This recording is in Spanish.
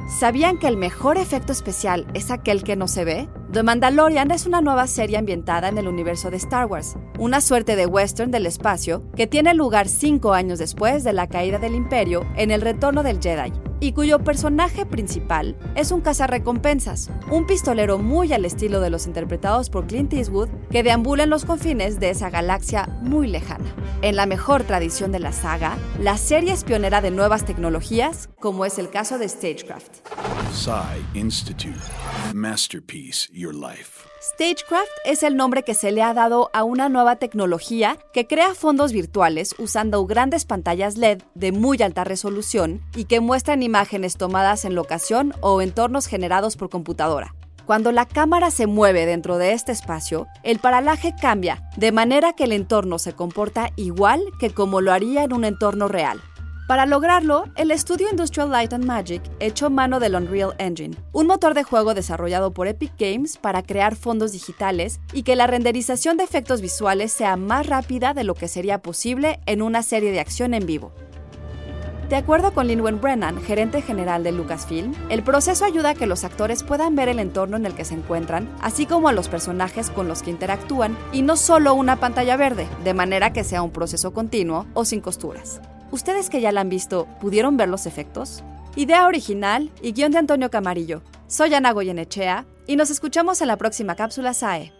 ¿Sabían que el mejor efecto especial es aquel que no se ve? The Mandalorian es una nueva serie ambientada en el universo de Star Wars, una suerte de western del espacio que tiene lugar 5 años después de la caída del Imperio en el retorno del Jedi, y cuyo personaje principal es un cazarrecompensas, un pistolero muy al estilo de los interpretados por Clint Eastwood que deambula en los confines de esa galaxia muy lejana. En la mejor tradición de la saga, la serie es pionera de nuevas tecnologías, como es el caso de Stagecraft. Psy Institute. Masterpiece Your Life. Stagecraft es el nombre que se le ha dado a una nueva tecnología que crea fondos virtuales usando grandes pantallas LED de muy alta resolución y que muestran imágenes tomadas en locación o entornos generados por computadora. Cuando la cámara se mueve dentro de este espacio, el paralaje cambia, de manera que el entorno se comporta igual que como lo haría en un entorno real. Para lograrlo, el estudio Industrial Light and Magic echó mano del Unreal Engine, un motor de juego desarrollado por Epic Games para crear fondos digitales y que la renderización de efectos visuales sea más rápida de lo que sería posible en una serie de acción en vivo. De acuerdo con Lin-Wen Brennan, gerente general de Lucasfilm, el proceso ayuda a que los actores puedan ver el entorno en el que se encuentran, así como a los personajes con los que interactúan, y no solo una pantalla verde, de manera que sea un proceso continuo o sin costuras. ¿Ustedes que ya la han visto, pudieron ver los efectos? Idea original y guión de Antonio Camarillo. Soy Ana Goyenechea y nos escuchamos en la próxima cápsula SAE.